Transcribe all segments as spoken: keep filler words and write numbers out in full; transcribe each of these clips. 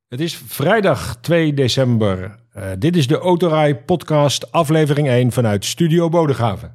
Het is vrijdag twee december. Uh, dit is de Autorij podcast aflevering één vanuit Studio Bodegraven.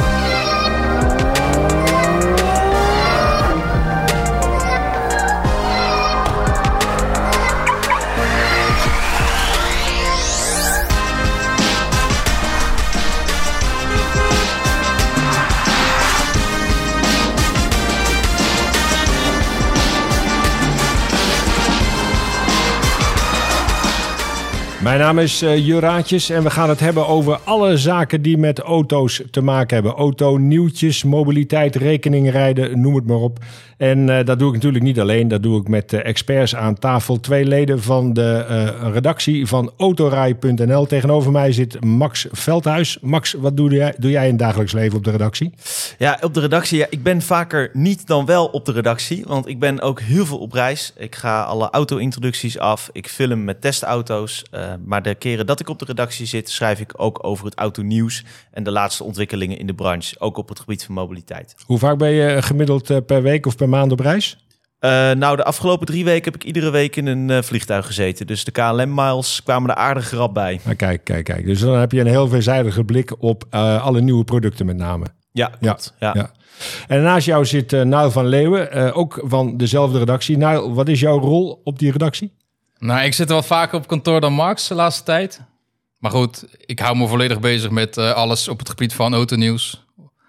Mijn naam is uh, Juraatjes en we gaan het hebben over alle zaken die met auto's te maken hebben. Auto, nieuwtjes, mobiliteit, rekeningrijden, noem het maar op. En uh, dat doe ik natuurlijk niet alleen, dat doe ik met uh, experts aan tafel. Twee leden van de uh, redactie van autorij punt n l. Tegenover mij zit Max Veldhuis. Max, wat doe jij, doe jij in het dagelijks leven op de redactie? Ja, op de redactie. Ja, ik ben vaker niet dan wel op de redactie, want ik ben ook heel veel op reis. Ik ga alle auto-introducties af, ik film met testauto's. Uh, maar de keren dat ik op de redactie zit, schrijf ik ook over het autonieuws en de laatste ontwikkelingen in de branche, ook op het gebied van mobiliteit. Hoe vaak ben je gemiddeld uh, per week of per maand op reis? Uh, nou, de afgelopen drie weken heb ik iedere week in een uh, vliegtuig gezeten. Dus de K L M-miles kwamen er aardig rap bij. Maar kijk, kijk, kijk. Dus dan heb je een heel veelzijdige blik op uh, alle nieuwe producten met name. Ja, klopt. Ja, ja. ja. En naast jou zit uh, Niel van Leeuwen, uh, ook van dezelfde redactie. Niel, wat is jouw rol op die redactie? Nou, ik zit wel vaker op kantoor dan Max de laatste tijd. Maar goed, ik hou me volledig bezig met uh, alles op het gebied van autonieuws.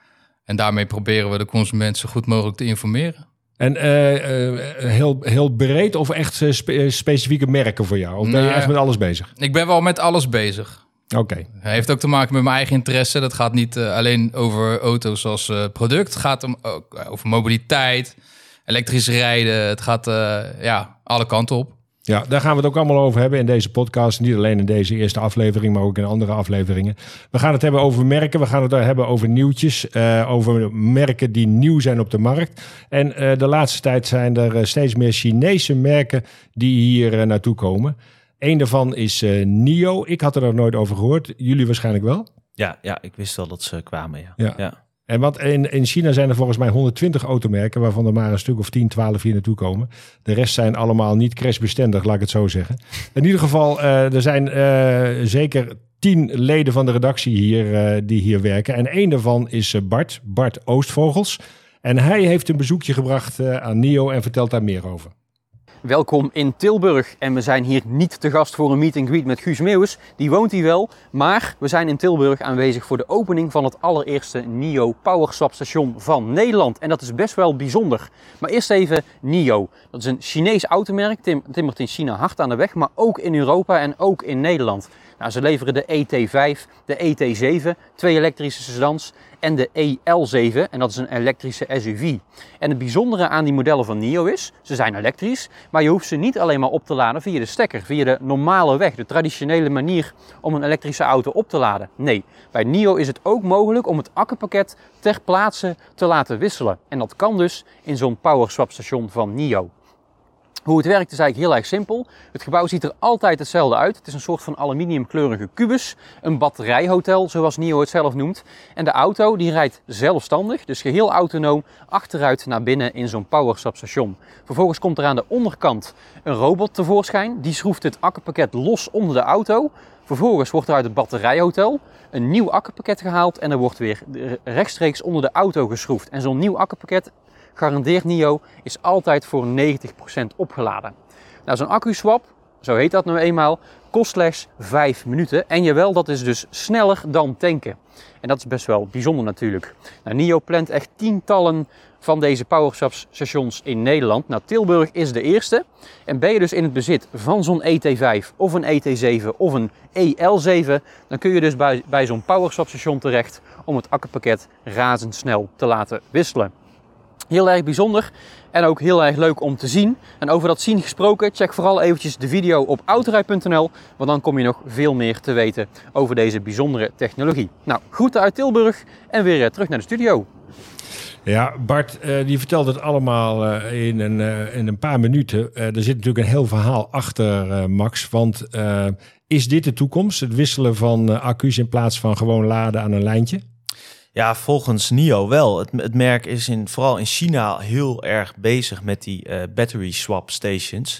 En daarmee proberen we de consument zo goed mogelijk te informeren. En uh, uh, heel, heel breed of echt uh, spe- specifieke merken voor jou? Of ben je Nee, echt met alles bezig? Ik ben wel met alles bezig. Oké. Okay. Hij heeft ook te maken met mijn eigen interesse. Dat gaat niet uh, alleen over auto's als uh, product. Het gaat om, ook over mobiliteit, elektrisch rijden. Het gaat uh, ja, alle kanten op. Ja, daar gaan we het ook allemaal over hebben in deze podcast. Niet alleen in deze eerste aflevering, maar ook in andere afleveringen. We gaan het hebben over merken. We gaan het hebben over nieuwtjes. Uh, over merken die nieuw zijn op de markt. En uh, de laatste tijd zijn er uh, steeds meer Chinese merken die hier uh, naartoe komen. Eén daarvan is uh, NIO. Ik had er nog nooit over gehoord. Jullie waarschijnlijk wel? Ja, ja, ik wist wel dat ze kwamen. Ja. Ja. Ja. En wat in, in China zijn er volgens mij honderdtwintig automerken, waarvan er maar een stuk of tien, twaalf hier naartoe komen. De rest zijn allemaal niet crashbestendig, laat ik het zo zeggen. In ieder geval, uh, er zijn uh, zeker tien leden van de redactie hier uh, die hier werken. En één daarvan is uh, Bart, Bart Oostvogels. En hij heeft een bezoekje gebracht uh, aan NIO en vertelt daar meer over. Welkom in Tilburg en we zijn hier niet te gast voor een meet and greet met Guus Meeuwis. Die woont hier wel, maar we zijn in Tilburg aanwezig voor de opening van het allereerste NIO Powerswap station van Nederland. En dat is best wel bijzonder. Maar eerst even NIO. Dat is een Chinees automerk, tim- timmert in China hard aan de weg, maar ook in Europa en ook in Nederland. Nou, ze leveren de E T vijf, de E T zeven, twee elektrische sedans en de E L zeven en dat is een elektrische S U V. En het bijzondere aan die modellen van NIO is, ze zijn elektrisch, maar je hoeft ze niet alleen maar op te laden via de stekker, via de normale weg, de traditionele manier om een elektrische auto op te laden. Nee, bij NIO is het ook mogelijk om het accupakket ter plaatse te laten wisselen. En dat kan dus in zo'n Powerswap station van NIO. Hoe het werkt is eigenlijk heel erg simpel. Het gebouw ziet er altijd hetzelfde uit. Het is een soort van aluminiumkleurige kubus. Een batterijhotel, zoals NIO het zelf noemt. En de auto die rijdt zelfstandig, dus geheel autonoom, achteruit naar binnen in zo'n Powerswap station. Vervolgens komt er aan de onderkant een robot tevoorschijn. Die schroeft het accupakket los onder de auto. Vervolgens wordt er uit het batterijhotel een nieuw accupakket gehaald. En er wordt weer rechtstreeks onder de auto geschroefd. En zo'n nieuw accupakket, garandeert NIO, is altijd voor negentig procent opgeladen. Nou, zo'n accu-swap, zo heet dat nou eenmaal, kost slechts vijf minuten. En jawel, dat is dus sneller dan tanken. En dat is best wel bijzonder natuurlijk. Nou, NIO plant echt tientallen van deze Powerswap stations in Nederland. Nou, Tilburg is de eerste. En ben je dus in het bezit van zo'n E T vijf of een E T zeven of een E L zeven, dan kun je dus bij, bij zo'n Powerswap station terecht om het accupakket razendsnel te laten wisselen. Heel erg bijzonder en ook heel erg leuk om te zien. En over dat zien gesproken, check vooral eventjes de video op autorij punt n l, want dan kom je nog veel meer te weten over deze bijzondere technologie. Nou, groeten uit Tilburg en weer terug naar de studio. Ja, Bart, uh, die vertelt het allemaal uh, in, een, uh, in een paar minuten. Uh, er zit natuurlijk een heel verhaal achter, uh, Max. Want uh, is dit de toekomst? Het wisselen van uh, accu's in plaats van gewoon laden aan een lijntje? Ja, volgens NIO wel. Het, het merk is in, vooral in China heel erg bezig met die uh, battery swap stations.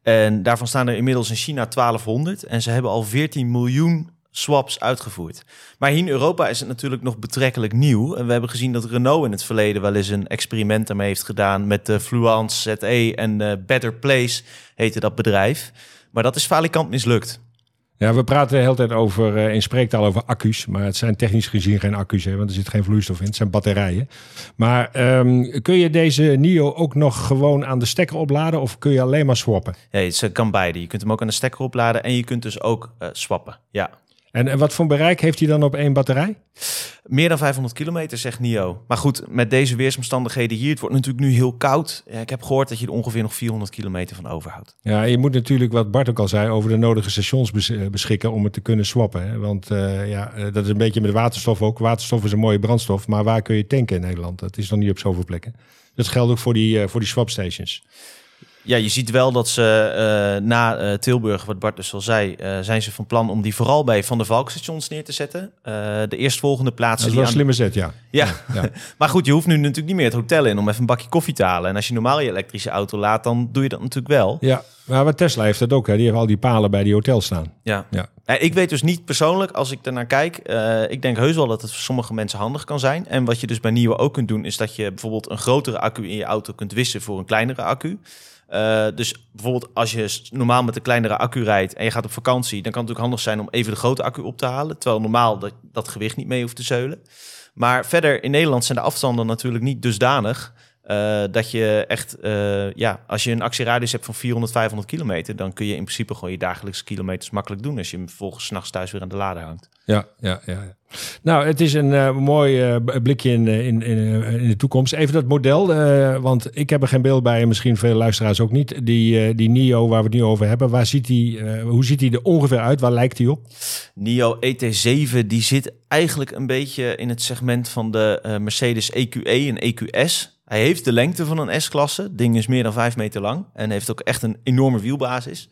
En daarvan staan er inmiddels in China twaalfhonderd. En ze hebben al veertien miljoen swaps uitgevoerd. Maar hier in Europa is het natuurlijk nog betrekkelijk nieuw. En we hebben gezien dat Renault in het verleden wel eens een experiment daarmee heeft gedaan met de Fluence Z E en uh, Better Place heette dat bedrijf. Maar dat is falikant mislukt. Ja, we praten de hele tijd over, uh, in spreektaal over accu's. Maar het zijn technisch gezien geen accu's, hè, want er zit geen vloeistof in. Het zijn batterijen. Maar um, kun je deze Nio ook nog gewoon aan de stekker opladen of kun je alleen maar swappen? Ja, het kan beide. Je kunt hem ook aan de stekker opladen en je kunt dus ook uh, swappen. Ja. En, en wat voor bereik heeft hij dan op één batterij? Meer dan vijfhonderd kilometer, zegt Nio. Maar goed, met deze weersomstandigheden hier, het wordt natuurlijk nu heel koud. Ja, ik heb gehoord dat je er ongeveer nog vierhonderd kilometer van overhoudt. Ja, je moet natuurlijk, wat Bart ook al zei, over de nodige stations bes- beschikken om het te kunnen swappen. Hè? Want uh, ja, dat is een beetje met waterstof ook. Waterstof is een mooie brandstof, maar waar kun je tanken in Nederland? Dat is nog niet op zoveel plekken. Dat geldt ook voor die, uh, voor die swapstations. Ja, je ziet wel dat ze uh, na uh, Tilburg, wat Bart dus al zei, uh, zijn ze van plan om die vooral bij Van der Valk stations neer te zetten. Uh, de eerstvolgende plaatsen. Dat is wel die een slimme zet, ja. Ja, ja. ja. Maar goed, je hoeft nu natuurlijk niet meer het hotel in om even een bakje koffie te halen. En als je normaal je elektrische auto laat, dan doe je dat natuurlijk wel. Ja, maar Tesla heeft dat ook. Hè. Die heeft al die palen bij die hotels staan. Ja. ja. Uh, ik weet dus niet persoonlijk, als ik ernaar kijk, uh, ik denk heus wel dat het voor sommige mensen handig kan zijn. En wat je dus bij Nio ook kunt doen, is dat je bijvoorbeeld een grotere accu in je auto kunt wissen voor een kleinere accu. Uh, dus bijvoorbeeld als je normaal met een kleinere accu rijdt en je gaat op vakantie, dan kan het natuurlijk handig zijn om even de grote accu op te halen. Terwijl normaal dat, dat gewicht niet mee hoeft te zeulen. Maar verder in Nederland zijn de afstanden natuurlijk niet dusdanig uh, dat je echt, uh, ja, als je een actieradius hebt van vierhonderd, vijfhonderd kilometer, dan kun je in principe gewoon je dagelijkse kilometers makkelijk doen als je hem vervolgens 's nachts thuis weer aan de lader hangt. Ja, ja, ja. Nou, het is een uh, mooi uh, blikje in, in, in, in de toekomst. Even dat model, uh, want ik heb er geen beeld bij en misschien veel luisteraars ook niet. Die, uh, die Nio waar we het nu over hebben, waar ziet die, uh, hoe ziet die er ongeveer uit? Waar lijkt die op? Nio E T zeven, die zit eigenlijk een beetje in het segment van de uh, Mercedes E Q E en E Q S. Hij heeft de lengte van een S-klasse. Het ding is meer dan vijf meter lang en heeft ook echt een enorme wielbasis.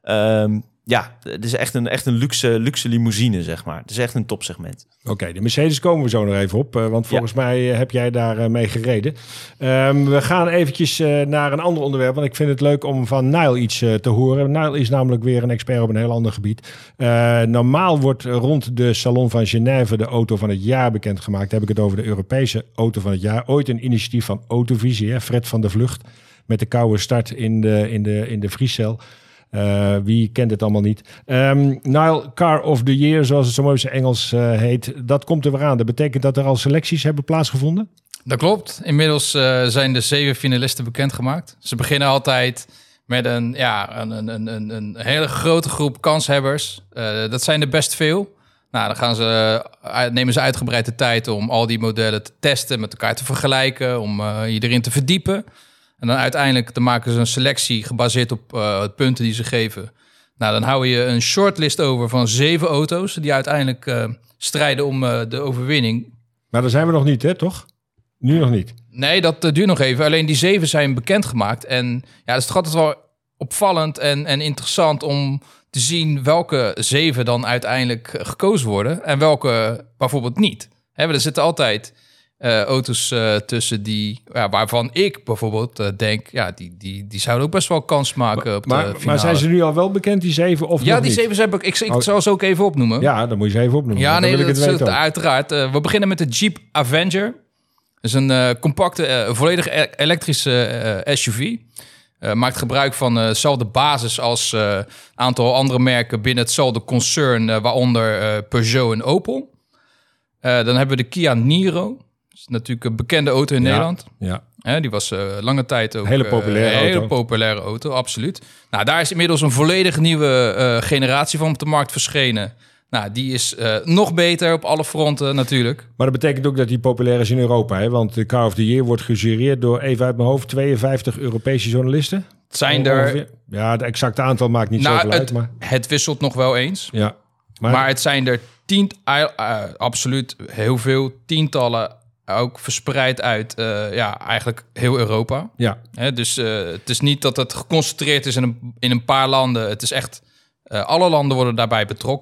Um, Ja, het is echt een, echt een luxe, luxe limousine, zeg maar. Het is echt een topsegment. Oké, okay, de Mercedes komen we zo nog even op. Uh, want volgens ja. mij heb jij daar uh, mee gereden. Um, we gaan eventjes uh, naar een ander onderwerp. Want ik vind het leuk om van Nile iets uh, te horen. Nile is namelijk weer een expert op een heel ander gebied. Uh, normaal wordt rond de Salon van Genève de auto van het jaar bekendgemaakt. Dan heb ik het over de Europese auto van het jaar. Ooit een initiatief van Autovisie, hè? Fred van der Vlucht. Met de koude start in de, in de, in de vriescel. Uh, wie kent het allemaal niet? Um, Nile Car of the Year, zoals het zo mooi in Engels uh, heet. Dat komt er weer aan. Dat betekent dat er al selecties hebben plaatsgevonden? Dat klopt. Inmiddels uh, zijn de zeven finalisten bekendgemaakt. Ze beginnen altijd met een, ja, een, een, een, een hele grote groep kanshebbers. Uh, dat zijn er best veel. Nou, dan gaan ze, uh, nemen ze uitgebreid de tijd om al die modellen te testen, met elkaar te vergelijken, om uh, je erin te verdiepen. En dan uiteindelijk te maken ze een selectie gebaseerd op uh, punten die ze geven. Nou, dan hou je een shortlist over van zeven auto's die uiteindelijk uh, strijden om uh, de overwinning. Maar daar zijn we nog niet, hè, toch? Nu nog niet. Nee, dat uh, duurt nog even. Alleen die zeven zijn bekendgemaakt. En ja, dus het gaat altijd wel opvallend en, en interessant om te zien welke zeven dan uiteindelijk gekozen worden en welke bijvoorbeeld niet. He, er zitten altijd uh, auto's uh, tussen die, ja, waarvan ik bijvoorbeeld uh, denk, ja, die, die, die zouden ook best wel kans maken maar, op de maar, finale. Maar zijn ze nu al wel bekend, die zeven, of ja, nog die niet? zeven zijn bekend. Ik, ik oh. zal ze ook even opnoemen. Ja, dan moet je ze even opnoemen. Ja, dan nee, wil ik dat het is weten het, uiteraard. Uh, we beginnen met de Jeep Avenger. Dat is een uh, compacte, uh, volledig e- elektrische uh, S U V. Uh, maakt gebruik van dezelfde uh, basis als een uh, aantal andere merken binnen hetzelfde concern, uh, waaronder uh, Peugeot en Opel. Uh, dan hebben we de Kia Niro. Dat is natuurlijk een bekende auto in ja, Nederland. Ja. Uh, die was uh, lange tijd ook hele populaire uh, een hele auto. populaire auto, absoluut. Nou, daar is inmiddels een volledig nieuwe uh, generatie van op de markt verschenen. Nou, die is uh, nog beter op alle fronten natuurlijk. Maar dat betekent ook dat die populair is in Europa. Hè? Want de Car of the Year wordt gejureerd door, even uit mijn hoofd, tweeënvijftig Europese journalisten. Het zijn er... Ongeveer. Ja, het exacte aantal maakt niet nou, zoveel het, uit. Maar... het wisselt nog wel eens. Ja. Maar... maar het zijn er tien, uh, uh, absoluut heel veel, tientallen, ook verspreid uit uh, ja, eigenlijk heel Europa. Ja. Hè, dus uh, het is niet dat het geconcentreerd is in een, in een paar landen. Het is echt, uh, alle landen worden daarbij betrokken.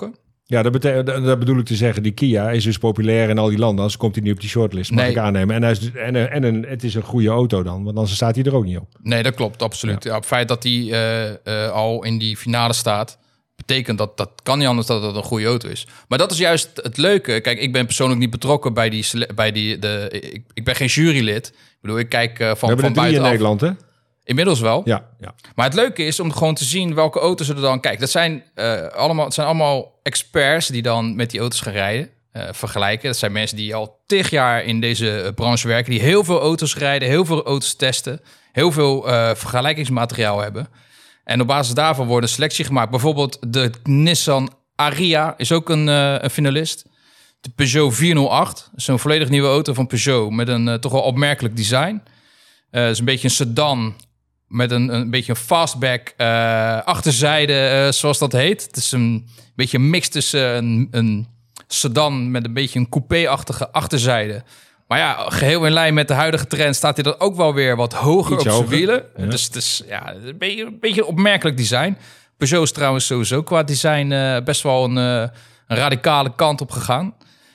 Ja, dat, bete- dat, dat bedoel ik te zeggen. Die Kia is dus populair in al die landen. Anders komt hij niet op die shortlist, mag Nee. ik aannemen. En, hij is, dus- en, en een, het is een goede auto dan, want anders staat hij er ook niet op. Nee, dat klopt, absoluut. Ja. Ja, op het feit dat hij uh, uh, al in die finale staat, betekent dat, dat kan niet anders dat het een goede auto is. Maar dat is juist het leuke. Kijk, ik ben persoonlijk niet betrokken bij die... Bij die de, ik, ik ben geen jurylid. Ik bedoel, ik kijk uh, van, We hebben van er drie in buitenaf. Nederland, hè? Inmiddels wel. Ja, ja. Maar het leuke is om gewoon te zien welke auto's er dan... Kijk, dat zijn, uh, allemaal, het zijn allemaal experts die dan met die auto's gaan rijden. Uh, vergelijken. Dat zijn mensen die al tig jaar in deze branche werken. Die heel veel auto's rijden, heel veel auto's testen. Heel veel uh, vergelijkingsmateriaal hebben. En op basis daarvan wordt een selectie gemaakt. Bijvoorbeeld de Nissan Ariya is ook een, uh, een finalist. De Peugeot vierhonderdacht. Zo'n volledig nieuwe auto van Peugeot. Met een uh, toch wel opmerkelijk design. Het uh, is een beetje een sedan met een, een beetje een fastback uh, achterzijde, uh, zoals dat heet. Het is een beetje een mix tussen een, een sedan met een beetje een coupé-achtige achterzijde. Maar ja, geheel in lijn met de huidige trend staat hij dan ook wel weer wat hoger Iets op zijn hoger. wielen. Ja. Dus het is ja, een, beetje, een beetje een opmerkelijk design. Peugeot is trouwens sowieso qua design uh, best wel een, uh, een radicale kant op gegaan.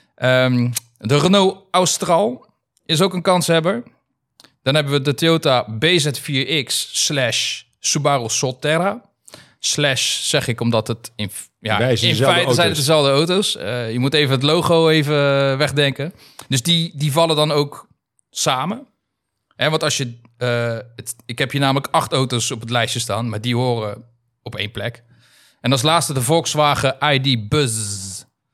Um, de Renault Austral is ook een kanshebber. Dan hebben we de Toyota B Z vier X slash Subaru Solterra. Slash zeg ik omdat het in, ja, Wij zijn in dezelfde feite zijn het auto's. dezelfde auto's. Uh, je moet even het logo even wegdenken. Dus die, die vallen dan ook samen. En want als je... Uh, het, ik heb hier namelijk acht auto's op het lijstje staan, maar die horen op één plek. En als laatste de Volkswagen I D Buzz.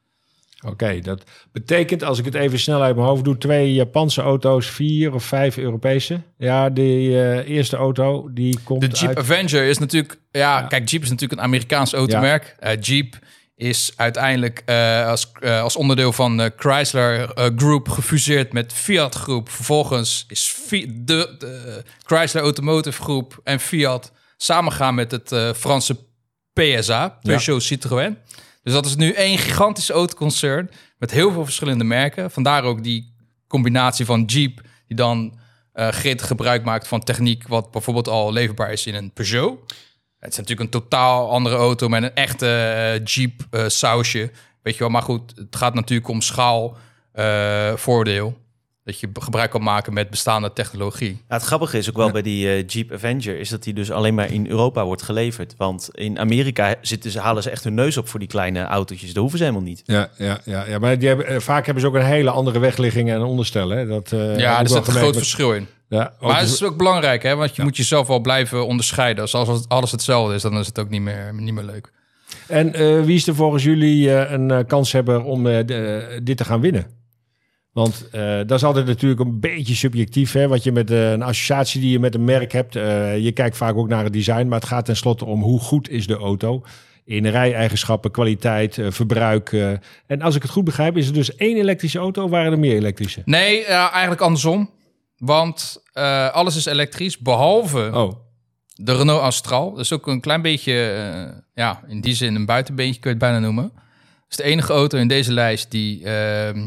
Oké, okay, dat betekent, als ik het even snel uit mijn hoofd doe, twee Japanse auto's, vier of vijf Europese. Ja, de uh, eerste auto, die komt De Jeep uit... Avenger is natuurlijk... Ja, Ja. kijk, Jeep is natuurlijk een Amerikaans automerk. Ja. Uh, Jeep is uiteindelijk uh, als, uh, als onderdeel van uh, Chrysler uh, Group gefuseerd met Fiat Groep. Vervolgens is Fi- de, de Chrysler Automotive Groep en Fiat samengaan met het uh, Franse P S A, Peugeot ja. Citroën. Dus dat is nu één gigantische autoconcern met heel veel verschillende merken. Vandaar ook die combinatie van Jeep, die dan uh, gretig gebruik maakt van techniek wat bijvoorbeeld al leverbaar is in een Peugeot. Het is natuurlijk een totaal andere auto met een echte uh, Jeep uh, sausje. Weet je wel, maar goed, het gaat natuurlijk om schaal uh, voordeel. Dat je gebruik kan maken met bestaande technologie. Ja, het grappige is ook wel ja. bij die uh, Jeep Avenger... is dat die dus alleen maar in Europa wordt geleverd. Want in Amerika zitten ze, halen ze echt hun neus op voor die kleine autootjes. Dat hoeven ze helemaal niet. Ja, ja, ja, ja maar die hebben, vaak hebben ze ook een hele andere wegligging en onderstellen. Hè? Dat, uh, ja, er zit een groot verschil in. Ja, maar het is ook belangrijk, hè? Want je ja. moet jezelf wel blijven onderscheiden. Als alles, alles hetzelfde is, dan is het ook niet meer, niet meer leuk. En uh, wie is er volgens jullie uh, een uh, kanshebber om uh, de, dit te gaan winnen? Want uh, dat is altijd natuurlijk een beetje subjectief. Hè? Wat je met uh, een associatie die je met een merk hebt. Uh, je kijkt vaak ook naar het design. Maar het gaat tenslotte om hoe goed is de auto. In rij-eigenschappen, kwaliteit, uh, verbruik. Uh, en als ik het goed begrijp, is er dus één elektrische auto. Of waren er meer elektrische? Nee, uh, eigenlijk andersom. Want uh, alles is elektrisch, behalve oh. de Renault Austral. Dat is ook een klein beetje, uh, ja, in die zin een buitenbeentje kun je het bijna noemen. Dat is de enige auto in deze lijst die... Uh,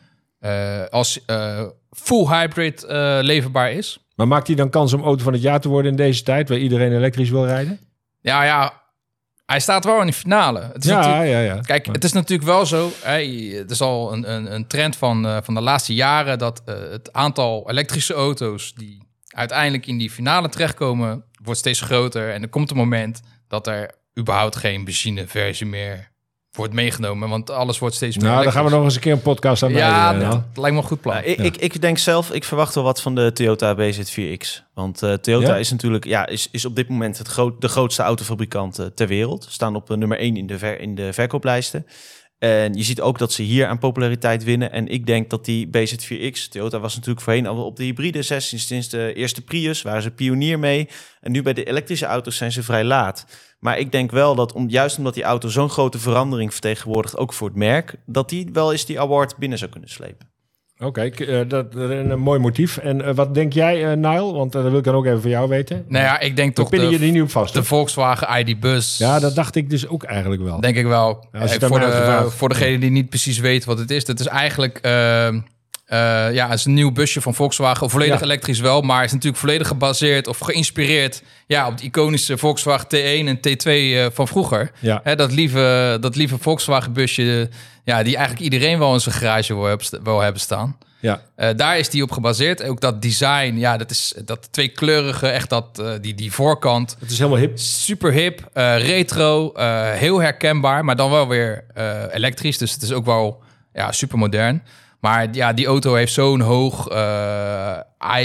Uh, als uh, full hybrid uh, leverbaar is. Maar maakt hij dan kans om auto van het jaar te worden in deze tijd... waar iedereen elektrisch wil rijden? Ja, ja. Hij staat wel in de finale. Het is ja, ja, ja. Kijk, het is natuurlijk wel zo... Hey, het is al een, een, een trend van, uh, van de laatste jaren... dat uh, het aantal elektrische auto's... die uiteindelijk in die finale terechtkomen... wordt steeds groter. En er komt een moment dat er überhaupt geen benzineversie meer... wordt meegenomen, want alles wordt steeds meer Nou, elektrisch. dan gaan we nog eens een keer een podcast aan Ja, bij, dat uh, lijkt me een goed plan. Uh, ik, ja. ik, ik denk zelf, ik verwacht wel wat van de Toyota B Z vier X. Want uh, Toyota Ja? is natuurlijk, ja, is, is op dit moment het groot, de grootste autofabrikant uh, ter wereld. Staan op uh, nummer één in de, ver, in de verkooplijsten. En je ziet ook dat ze hier aan populariteit winnen. En ik denk dat die B Z vier X... Toyota was natuurlijk voorheen al op de hybride zes... sinds de eerste Prius waren ze pionier mee. En nu bij de elektrische auto's zijn ze vrij laat. Maar ik denk wel dat, om, juist omdat die auto zo'n grote verandering vertegenwoordigt... ook voor het merk, dat die wel eens die award binnen zou kunnen slepen. Oké, okay, uh, dat is een mooi motief. En uh, wat denk jij, uh, Niall? Want uh, dat wil ik dan ook even van jou weten. Nou ja, ik denk toch pinnen de, je die niet op vast, de Volkswagen I D Buzz. Ja, dat dacht ik dus ook eigenlijk wel. Denk ik wel. Ja, als je eh, voor, de, gevraagd. voor degene die niet precies weet wat het is. Dat is eigenlijk uh, Uh, ja, het is een nieuw busje van Volkswagen. Volledig ja. elektrisch wel, maar is natuurlijk volledig gebaseerd of geïnspireerd ja, op de iconische Volkswagen T één en T twee uh, van vroeger. Ja. Hè, dat, lieve, dat lieve Volkswagen busje, ja, die eigenlijk iedereen wel in zijn garage wil hebben, wil hebben staan. Ja. Uh, daar is die op gebaseerd. Ook dat design, ja, dat is dat tweekleurige, echt dat uh, die, die voorkant. Het is helemaal hip. Super hip, uh, retro, uh, heel herkenbaar, maar dan wel weer uh, elektrisch. Dus het is ook wel ja, super modern. Maar ja, die auto heeft zo'n hoog uh,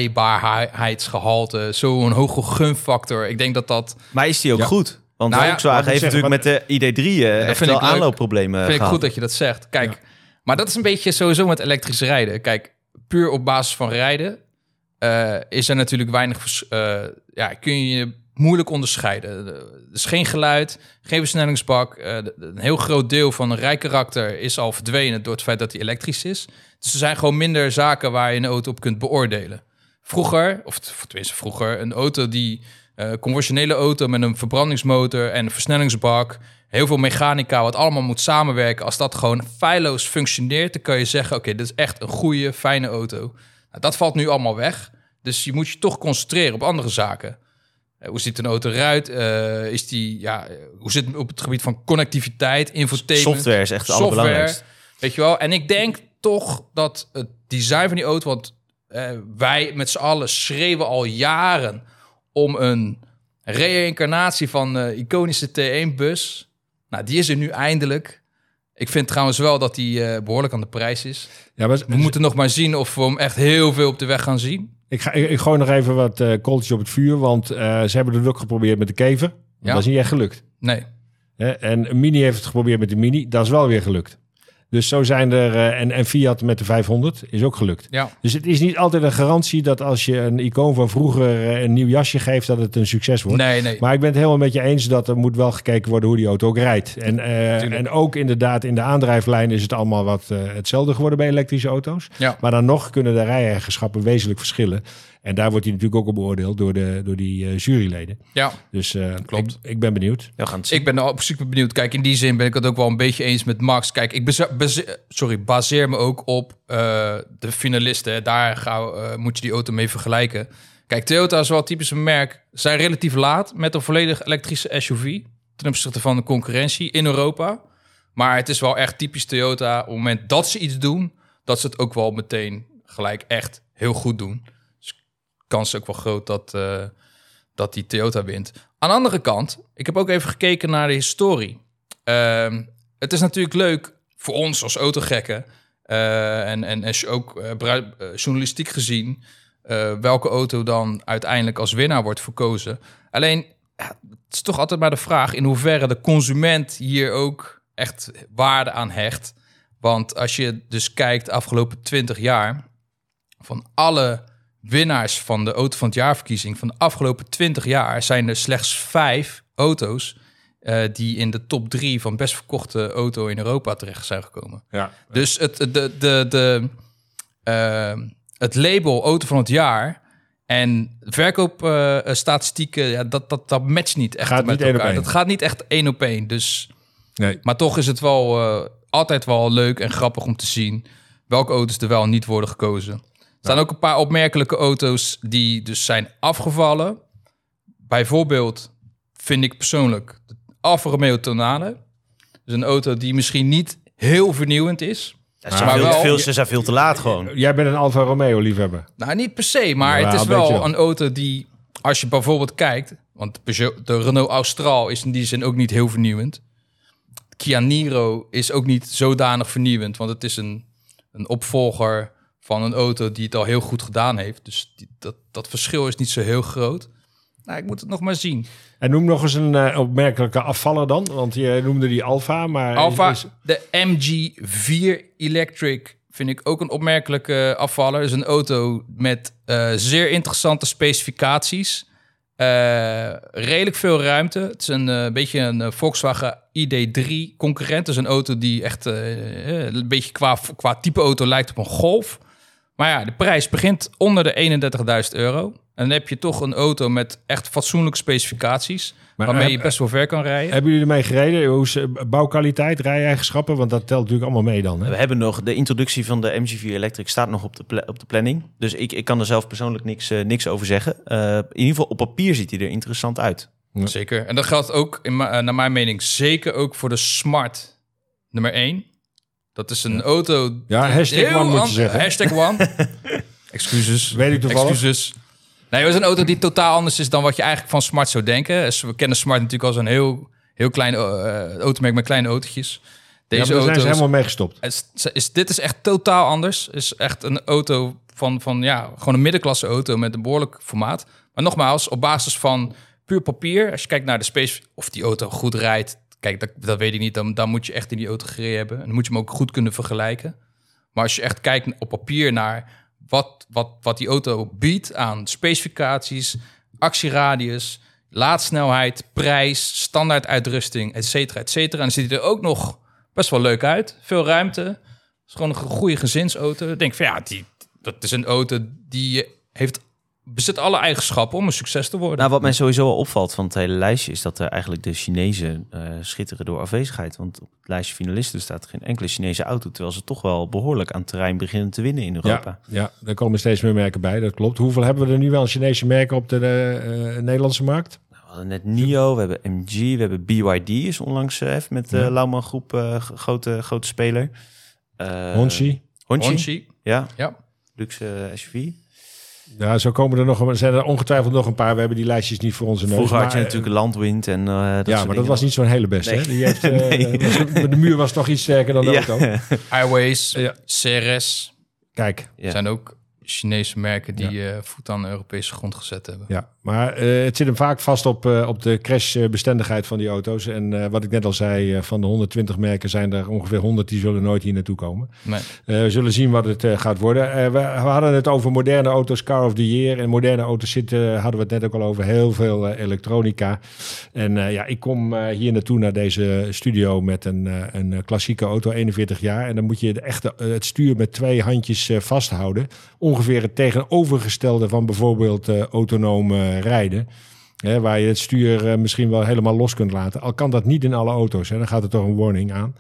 aaibaarheidsgehalte, zo'n hoge gunfactor. Ik denk dat dat... Maar is die ook ja. goed? Want nou Volkswagen ja, heeft natuurlijk met de I D drie uh, echt wel aanloopproblemen gehad. Vind ik gehad. goed dat je dat zegt. Kijk, ja. maar dat is een beetje sowieso met elektrisch rijden. Kijk, puur op basis van rijden uh, is er natuurlijk weinig... Uh, ja, kun je moeilijk onderscheiden. Er is geen geluid, geen versnellingsbak. Uh, een heel groot deel van een rijkarakter is al verdwenen door het feit dat hij elektrisch is. Dus er zijn gewoon minder zaken waar je een auto op kunt beoordelen. Vroeger, of tenminste vroeger, een auto die... Uh, conventionele auto met een verbrandingsmotor en een versnellingsbak... heel veel mechanica, wat allemaal moet samenwerken. Als dat gewoon feilloos functioneert, dan kan je zeggen... oké, okay, dit is echt een goede, fijne auto. Nou, dat valt nu allemaal weg. Dus je moet je toch concentreren op andere zaken. Uh, hoe ziet een auto eruit? Uh, is die, ja, hoe zit het op het gebied van connectiviteit, infotainment? Software is echt het software, allerbelangrijkste. Weet je wel? En ik denk toch dat het design van die auto... want uh, wij met z'n allen schreeuwen al jaren... om een reïncarnatie van de iconische T één-bus. Nou, die is er nu eindelijk. Ik vind trouwens wel dat die uh, behoorlijk aan de prijs is. Ja, maar... We moeten nog maar zien of we hem echt heel veel op de weg gaan zien. Ik, ga, ik, ik gooi nog even wat uh, kooltjes op het vuur, want uh, ze hebben het ook geprobeerd met de Kever. Ja. Dat is niet echt gelukt. Nee. He, en Mini heeft het geprobeerd met de Mini. Dat is wel weer gelukt. Dus zo zijn er... Uh, en, en Fiat met de vijfhonderd is ook gelukt. Ja. Dus het is niet altijd een garantie dat als je een icoon van vroeger uh, een nieuw jasje geeft, dat het een succes wordt. Nee, nee. Maar ik ben het helemaal met je eens dat er moet wel gekeken worden hoe die auto ook rijdt. En, uh, en ook inderdaad in de aandrijflijn is het allemaal wat uh, hetzelfde geworden bij elektrische auto's. Ja. Maar dan nog kunnen de rij-eigenschappen wezenlijk verschillen. En daar wordt hij natuurlijk ook op beoordeeld door, de, door die uh, juryleden. Ja, dus uh, klopt. Ik, ik ben benieuwd. We gaan het zien. Ik ben ook super benieuwd. Kijk, in die zin ben ik het ook wel een beetje eens met Max. Kijk, ik baseer, baseer, sorry, baseer me ook op uh, de finalisten. Daar ga, uh, moet je die auto mee vergelijken. Kijk, Toyota is wel typisch een merk. Ze zijn relatief laat met een volledig elektrische S U V. Ten opzichte van de concurrentie in Europa. Maar het is wel echt typisch Toyota. Op het moment dat ze iets doen, dat ze het ook wel meteen gelijk echt heel goed doen. Kans is ook wel groot dat, uh, dat die Toyota wint. Aan de andere kant, ik heb ook even gekeken naar de historie. Uh, het is natuurlijk leuk voor ons als autogekken... Uh, en, en, en ook uh, bru- uh, journalistiek gezien... Uh, welke auto dan uiteindelijk als winnaar wordt verkozen. Alleen, ja, het is toch altijd maar de vraag... in hoeverre de consument hier ook echt waarde aan hecht. Want als je dus kijkt de afgelopen twintig jaar... van alle... winnaars van de auto van het jaarverkiezing van de afgelopen twintig jaar zijn er slechts vijf auto's uh, die in de top drie van best verkochte auto in Europa terecht zijn gekomen. Ja. Dus het, de, de, de, uh, het label auto van het jaar en verkoopstatistieken, uh, ja, dat, dat, dat matcht niet echt gaat met niet elkaar. één op Dat gaat niet echt één op één. Dus, nee. Maar toch is het wel uh, altijd wel leuk en grappig om te zien welke auto's er wel niet worden gekozen. Er staan ook een paar opmerkelijke auto's die dus zijn afgevallen. Bijvoorbeeld vind ik persoonlijk de Alfa Romeo Tonale. Dus een auto die misschien niet heel vernieuwend is. Ja, ze, maar veel, wel, veel, ze zijn veel te laat gewoon. Jij bent een Alfa Romeo liefhebber. Nou, niet per se, maar ja, het is wel, wel een auto die, als je bijvoorbeeld kijkt... want de Renault Austral is in die zin ook niet heel vernieuwend. Kia Niro is ook niet zodanig vernieuwend, want het is een, een opvolger... van een auto die het al heel goed gedaan heeft. Dus die, dat, dat verschil is niet zo heel groot. Nou, ik moet het nog maar zien. En noem nog eens een uh, opmerkelijke afvaller dan. Want je noemde die Alfa, maar... Alfa, is... de M G vier Electric vind ik ook een opmerkelijke afvaller. Het is een auto met uh, zeer interessante specificaties. Uh, redelijk veel ruimte. Het is een uh, beetje een uh, Volkswagen I D drie concurrent. Het is een auto die echt uh, een beetje qua, qua type auto lijkt op een Golf. Maar ja, de prijs begint onder de eenendertigduizend euro. En dan heb je toch een auto met echt fatsoenlijke specificaties. Maar waarmee heb- je best wel ver kan rijden. Hebben jullie ermee gereden? Hoe is eh, bouwkwaliteit, rij-eigenschappen? Want dat telt natuurlijk allemaal mee dan. Hè? We hebben nog de introductie van de M G vier Electric staat nog op de, pla- op de planning. Dus ik, ik kan er zelf persoonlijk niks, uh, niks over zeggen. Uh, in ieder geval op papier ziet hij er interessant uit. Ja. Zeker. En dat geldt ook, in ma- naar mijn mening, zeker ook voor de Smart nummer één. Dat is een auto... Ja, hashtag heel one moet je an- zeggen. Hashtag one. Excuses. Weet ik toevallig. Excuses. Nee, het is een auto die totaal anders is dan wat je eigenlijk van Smart zou denken. Dus we kennen Smart natuurlijk als een heel, heel klein uh, automerk met kleine autootjes. Deze Ja, maar daar zijn ze auto's- helemaal mee gestopt. is, is, dit is echt totaal anders. Is echt een auto van, van ja, gewoon een middenklasse auto met een behoorlijk formaat. Maar nogmaals, op basis van puur papier, als je kijkt naar de space, of die auto goed rijdt, kijk, dat, dat weet ik niet. Dan, dan moet je echt in die auto gereden hebben. En dan moet je hem ook goed kunnen vergelijken. Maar als je echt kijkt op papier naar wat, wat, wat die auto biedt aan specificaties, actieradius, laadsnelheid, prijs, standaarduitrusting, et cetera, et cetera. En dan ziet hij er ook nog best wel leuk uit. Veel ruimte. Het is gewoon een goede gezinsauto. Ik denk van ja, die, dat is een auto die heeft, bezit alle eigenschappen om een succes te worden. Nou, wat mij sowieso al opvalt van het hele lijstje is dat er eigenlijk de Chinezen uh, schitteren door afwezigheid. Want op het lijstje finalisten staat geen enkele Chinese auto, terwijl ze toch wel behoorlijk aan terrein beginnen te winnen in Europa. Ja, ja, er komen steeds meer merken bij, dat klopt. Hoeveel hebben we er nu wel Chinese merken op de uh, Nederlandse markt? Nou, we hadden net NIO, we hebben M G, we hebben B Y D is onlangs uh, even met de uh, Ja. Lauman Groep uh, grote, grote speler. Uh, Honchi. Honchi, Honchi. ja. Ja. Luxe uh, S U V. Ja, zo komen er nog, zijn er ongetwijfeld nog een paar. We hebben die lijstjes niet voor onze neus. Vroeger had maar, je natuurlijk Landwind en uh, dat ja, soort maar dat dingen. was niet zo'n hele beste. Nee. Hè? Die heeft, uh, Nee. was, de muur was toch iets sterker dan de Ja. auto. Airways, Ja. C R S, Kijk, Ja. zijn ook Chinese merken die ja. uh, voet aan de Europese grond gezet hebben. ja, maar uh, het zit hem vaak vast op, uh, op de crashbestendigheid van die auto's. En uh, wat ik net al zei, uh, van de honderdtwintig merken zijn er ongeveer honderd die zullen nooit hier naartoe komen. Nee. Uh, we zullen zien wat het uh, gaat worden. Uh, we, we hadden het over moderne auto's, Car of the Year. En moderne auto's zitten, hadden we het net ook al over, heel veel uh, elektronica. En uh, ja, ik kom uh, hier naartoe naar deze studio met een, uh, een klassieke auto, eenenveertig jaar. En dan moet je de echte, uh, het stuur met twee handjes uh, vasthouden. Ongeveer het tegenovergestelde van bijvoorbeeld uh, autonoom uh, rijden. Hè, waar je het stuur uh, misschien wel helemaal los kunt laten. Al kan dat niet in alle auto's. Hè, dan gaat er toch een warning aan.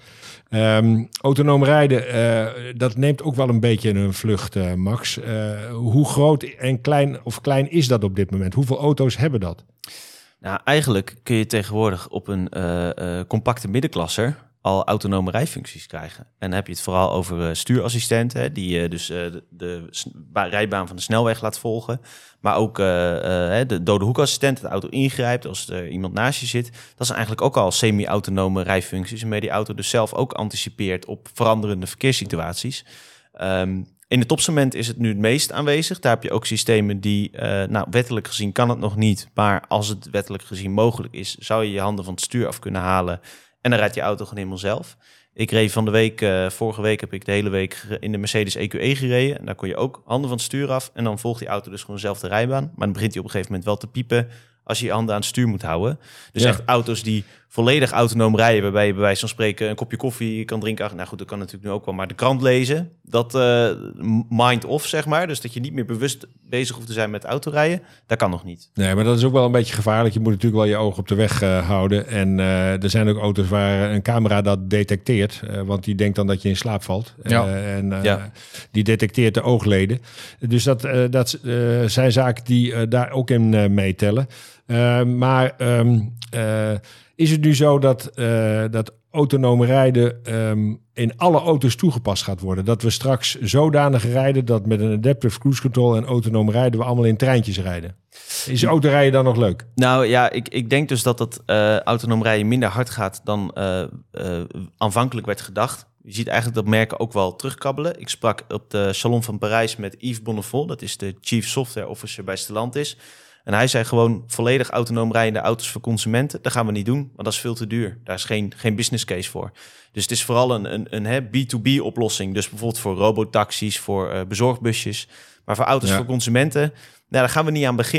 Um, autonoom rijden, uh, dat neemt ook wel een beetje een vlucht, uh, Max. Uh, hoe groot en klein of klein is dat op dit moment? Hoeveel auto's hebben dat? Nou, eigenlijk kun je tegenwoordig op een uh, uh, compacte middenklasser al autonome rijfuncties krijgen. En dan heb je het vooral over uh, stuurassistenten, hè, die uh, dus uh, de, de rijbaan van de snelweg laat volgen. Maar ook uh, uh, de dode hoekassistent, de auto ingrijpt als er iemand naast je zit. Dat zijn eigenlijk ook al semi-autonome rijfuncties, waarmee die auto dus zelf ook anticipeert op veranderende verkeerssituaties. Um, in het topsegment is het nu het meest aanwezig. Daar heb je ook systemen die, uh, nou, wettelijk gezien kan het nog niet, maar als het wettelijk gezien mogelijk is, zou je je handen van het stuur af kunnen halen en dan rijdt je auto gewoon helemaal zelf. Ik reed van de week, uh, vorige week heb ik de hele week in de Mercedes E Q E gereden. En daar kon je ook handen van het stuur af. En dan volgt die auto dus gewoon zelf de rijbaan. Maar dan begint hij op een gegeven moment wel te piepen als je je handen aan het stuur moet houden. Dus Ja. echt auto's die volledig autonoom rijden, waarbij je bij wijze van spreken een kopje koffie kan drinken. Nou goed, dat kan natuurlijk nu ook wel, maar de krant lezen, dat uh, mind off, zeg maar. Dus dat je niet meer bewust bezig hoeft te zijn met autorijden, dat kan nog niet. Nee, maar dat is ook wel een beetje gevaarlijk. Je moet natuurlijk wel je oog op de weg uh, houden. En uh, er zijn ook auto's waar een camera dat detecteert. Uh, want die denkt dan dat je in slaap valt. Ja. Uh, en uh, Ja. die detecteert de oogleden. Dus dat, uh, dat uh, zijn zaken die uh, daar ook in uh, meetellen. Uh, maar um, uh, is het nu zo dat, uh, dat autonome rijden um, in alle auto's toegepast gaat worden? Dat we straks zodanig rijden dat met een adaptive cruise control en autonoom rijden we allemaal in treintjes rijden? Is autorijden dan nog leuk? Nou ja, ik, ik denk dus dat dat uh, autonoom rijden minder hard gaat dan uh, uh, aanvankelijk werd gedacht. Je ziet eigenlijk dat merken ook wel terugkabbelen. Ik sprak op de Salon van Parijs met Yves Bonnefond. Dat is de Chief Software Officer bij Stellantis. En hij zei gewoon volledig autonoom rijdende auto's voor consumenten. Dat gaan we niet doen, want dat is veel te duur. Daar is geen, geen business case voor. Dus het is vooral een, een, een hè, B to B oplossing. Dus bijvoorbeeld voor robotaxis, voor uh, bezorgbusjes. Maar voor auto's Ja. voor consumenten, nou, daar gaan we niet aan beginnen.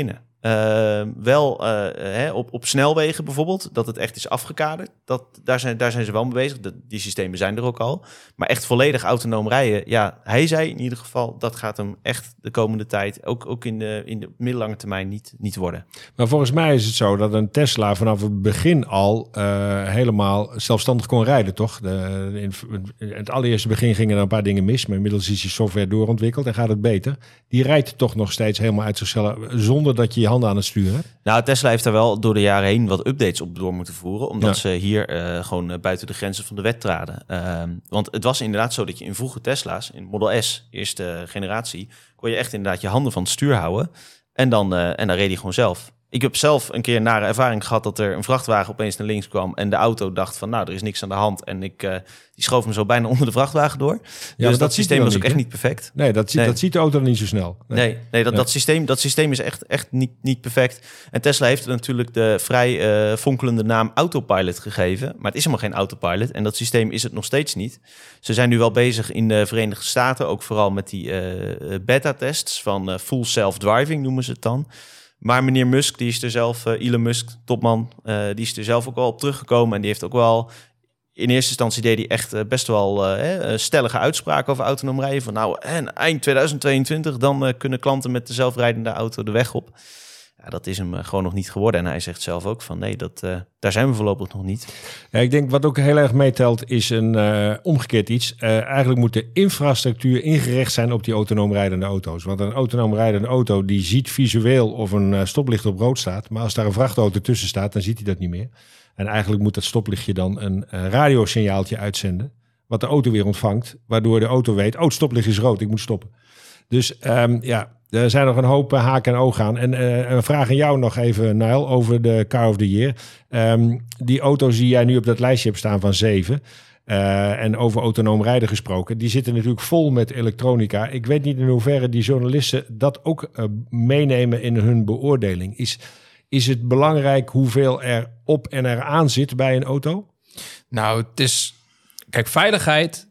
Uh, wel uh, hè, op, op snelwegen bijvoorbeeld, dat het echt is afgekaderd. Dat, daar, zijn, daar zijn ze wel mee bezig. Dat, die systemen zijn er ook al. Maar echt volledig autonoom rijden, ja, hij zei in ieder geval, dat gaat hem echt de komende tijd, ook, ook in de, in de middellange termijn, niet, niet worden. Maar volgens mij is het zo dat een Tesla vanaf het begin al uh, helemaal zelfstandig kon rijden, toch? De, in, in het allereerste begin gingen er een paar dingen mis, maar inmiddels is die software doorontwikkeld en gaat het beter. Die rijdt toch nog steeds helemaal uit zichzelf, zonder dat je je handen aan het sturen hebt? Nou, Tesla heeft daar wel door de jaren heen wat updates op door moeten voeren, omdat Ja. ze hier uh, gewoon uh, buiten de grenzen van de wet traden. Uh, want het was inderdaad zo dat je in vroege Tesla's, in Model S, eerste generatie, kon je echt inderdaad je handen van het stuur houden en dan, uh, en dan reed hij gewoon zelf. Ik heb zelf een keer een nare ervaring gehad dat er een vrachtwagen opeens naar links kwam en de auto dacht van, nou, er is niks aan de hand. En ik uh, die schoof me zo bijna onder de vrachtwagen door. Ja, dus dat, dat systeem was ook niet, echt he? niet perfect. Nee, dat, nee. dat ziet de auto niet zo snel. Nee, nee, nee, dat, nee. Dat, systeem, dat systeem is echt, echt niet, niet perfect. En Tesla heeft natuurlijk de vrij uh, fonkelende naam Autopilot gegeven. Maar het is helemaal geen Autopilot. En dat systeem is het nog steeds niet. Ze zijn nu wel bezig in de Verenigde Staten, ook vooral met die uh, beta-tests van uh, full self-driving noemen ze het dan. Maar meneer Musk, die is er zelf, uh, Elon Musk, topman, uh, die is er zelf ook wel op teruggekomen. En die heeft ook wel, in eerste instantie deed hij echt uh, best wel uh, stellige uitspraken over autonoom rijden. Van nou, en eind tweeduizend tweeëntwintig, dan uh, kunnen klanten met de zelfrijdende auto de weg op. Ja, dat is hem uh, gewoon nog niet geworden. En hij zegt zelf ook van nee, dat, uh, daar zijn we voorlopig nog niet. Ja, ik denk wat ook heel erg meetelt is een uh, omgekeerd iets. Uh, eigenlijk moet de infrastructuur ingericht zijn op die autonoom rijdende auto's. Want een autonoom rijdende auto die ziet visueel of een uh, stoplicht op rood staat. Maar als daar een vrachtauto tussen staat, dan ziet hij dat niet meer. En eigenlijk moet dat stoplichtje dan een uh, radiosignaaltje uitzenden. Wat de auto weer ontvangt. Waardoor de auto weet, oh, het stoplicht is rood, ik moet stoppen. Dus um, ja... Er zijn nog een hoop haken en ogen aan. En uh, een vraag aan jou nog even, Nijl, over de Car of the Year. Um, die auto's die jij nu op dat lijstje hebt staan van zeven... Uh, en over autonoom rijden gesproken... die zitten natuurlijk vol met elektronica. Ik weet niet in hoeverre die journalisten dat ook uh, meenemen in hun beoordeling. Is, is het belangrijk hoeveel er op en eraan zit bij een auto? Nou, het is... Kijk, veiligheid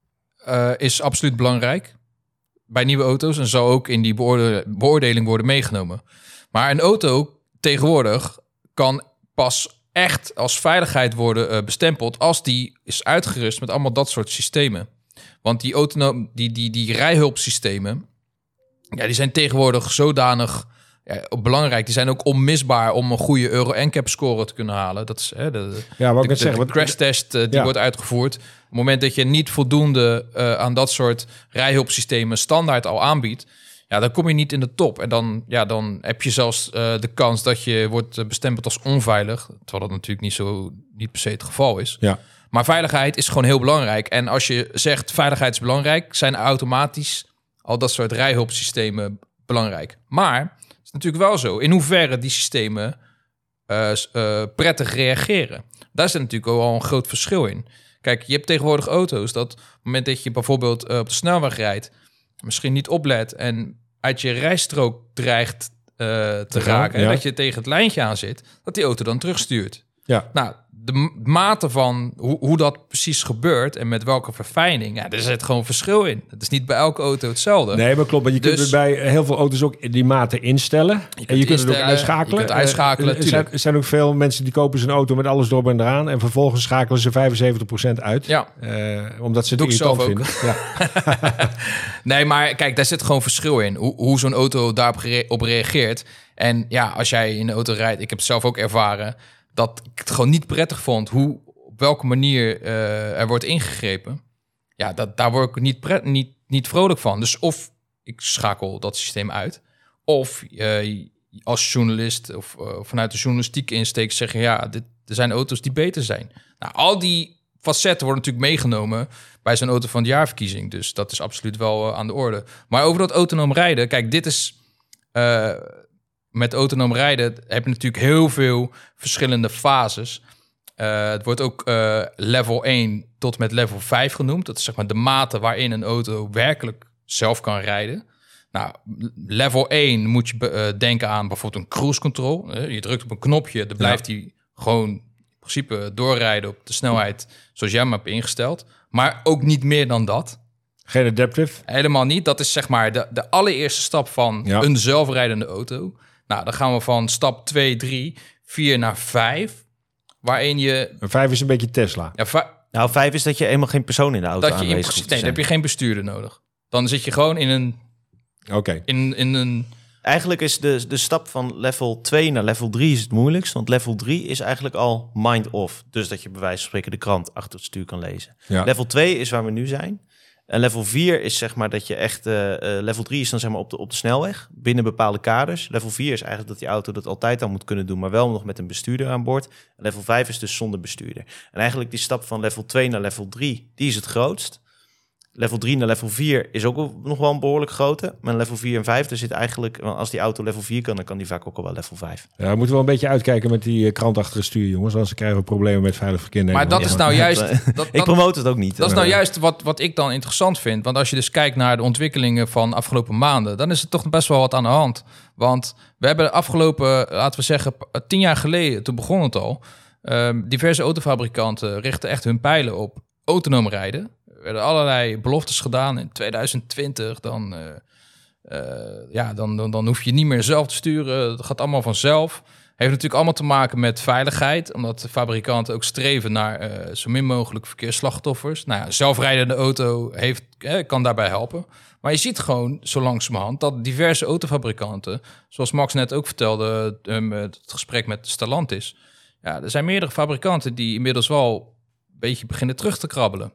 uh, is absoluut belangrijk bij nieuwe auto's en zal ook in die beoorde- beoordeling worden meegenomen. Maar een auto tegenwoordig kan pas echt als veiligheid worden uh, bestempeld als die is uitgerust met allemaal dat soort systemen. Want die autonoom, die, die, die rijhulpsystemen, ja, die zijn tegenwoordig zodanig ja, belangrijk. Die zijn ook onmisbaar om een goede Euro N C A P score te kunnen halen. Dat is hè, de, ja, wat ik de, net de, zeggen, de crashtest uh, die ja. wordt uitgevoerd. Op het moment dat je niet voldoende uh, aan dat soort rijhulpsystemen standaard al aanbiedt, ja, dan kom je niet in de top. En dan, ja, dan heb je zelfs uh, de kans dat je wordt bestempeld als onveilig. Terwijl dat natuurlijk niet zo niet per se het geval is. Ja. Maar veiligheid is gewoon heel belangrijk. En als je zegt veiligheid is belangrijk, zijn automatisch al dat soort rijhulpsystemen belangrijk. Maar het is natuurlijk wel zo, in hoeverre die systemen uh, uh, prettig reageren. Daar zit natuurlijk ook al een groot verschil in. Kijk, je hebt tegenwoordig auto's dat op het moment dat je bijvoorbeeld uh, op de snelweg rijdt, misschien niet oplet en uit je rijstrook dreigt uh, te ja, raken, ja. en dat je tegen het lijntje aan zit, dat die auto dan terugstuurt. Ja. Nou, de mate van hoe, hoe dat precies gebeurt en met welke verfijning, ja, er zit gewoon verschil in. Het is niet bij elke auto hetzelfde. Nee, maar klopt. Maar je dus, kunt het bij heel veel auto's ook die maten instellen. Je en je kunt het ook uitschakelen. Je kunt uitschakelen, uh, er, zijn, er zijn ook veel mensen die kopen zijn auto met alles erop en eraan en vervolgens schakelen ze vijfenzeventig procent uit. Ja. Uh, omdat ze het irritant vinden. Ja. Nee, maar kijk, daar zit gewoon verschil in. Hoe, hoe zo'n auto daarop gere- op reageert. En ja, als jij in de auto rijdt, ik heb het zelf ook ervaren, dat ik het gewoon niet prettig vond hoe op welke manier uh, er wordt ingegrepen. Ja, dat, daar word ik niet, pret, niet, niet vrolijk van. Dus of ik schakel dat systeem uit, of uh, als journalist of uh, vanuit de journalistiek insteek zeggen, ja, dit, er zijn auto's die beter zijn. Nou, al die facetten worden natuurlijk meegenomen bij zo'n auto van de jaarverkiezing. Dus dat is absoluut wel uh, aan de orde. Maar over dat autonoom rijden, kijk, dit is Uh, met autonoom rijden heb je natuurlijk heel veel verschillende fases. Uh, het wordt ook uh, level één tot met level vijf genoemd. Dat is zeg maar de mate waarin een auto werkelijk zelf kan rijden. Nou, level één moet je be- uh, denken aan bijvoorbeeld een cruise control. Uh, je drukt op een knopje, dan blijft hij ja. gewoon in principe doorrijden op de snelheid zoals jij hem hebt ingesteld. Maar ook niet meer dan dat. Geen adaptive? Helemaal niet. Dat is zeg maar de, de allereerste stap van ja. een zelfrijdende auto. Nou, dan gaan we van stap twee, drie, vier naar vijf. Waarin je... Een vijf is een beetje Tesla. Ja, va- Nou, vijf is dat je helemaal geen persoon in de auto dat je in aanwezig principe, hoeft te nee, dan heb zijn. je geen bestuurder nodig. Dan zit je gewoon in een... Oké. Okay. In, in een Eigenlijk is de, de stap van level twee naar level drie is het moeilijkst. Want level drie is eigenlijk al mind off. Dus dat je bij wijze van spreken de krant achter het stuur kan lezen. Ja. Level twee is waar we nu zijn. En level vier is zeg maar dat je echt... Uh, uh, level drie is dan zeg maar op de, op de snelweg. Binnen bepaalde kaders. Level vier is eigenlijk dat die auto dat altijd al moet kunnen doen. Maar wel nog met een bestuurder aan boord. En level vijf is dus zonder bestuurder. En eigenlijk die stap van level twee naar level drie, die is het grootst. Level drie naar level vier is ook nog wel een behoorlijk grote. Maar level vier en vijf, er zit eigenlijk... Als die auto level vier kan, dan kan die vaak ook al wel level vijf. Ja, we moeten wel een beetje uitkijken met die krant achter het stuur, jongens. Anders krijgen we problemen met veilig verkeer. maar dat ja. is nou juist... Dat, Ik dat, promote het ook niet. dat is nou juist wat, wat ik dan interessant vind. Want als je dus kijkt naar de ontwikkelingen van de afgelopen maanden... dan is er toch best wel wat aan de hand. Want we hebben de afgelopen, laten we zeggen, tien jaar geleden... toen begon het al... Um, diverse autofabrikanten richten echt hun pijlen op autonoom rijden... Er werden allerlei beloftes gedaan in tweeduizend twintig. Dan, uh, uh, ja, dan, dan, dan hoef je niet meer zelf te sturen. Het gaat allemaal vanzelf. Heeft natuurlijk allemaal te maken met veiligheid. Omdat de fabrikanten ook streven naar uh, zo min mogelijk verkeersslachtoffers. Nou ja, zelfrijdende auto heeft, eh, kan daarbij helpen. Maar je ziet gewoon zo langzamerhand dat diverse autofabrikanten... zoals Max net ook vertelde, um, het gesprek met Stellantis... Ja, er zijn meerdere fabrikanten die inmiddels wel een beetje beginnen terug te krabbelen.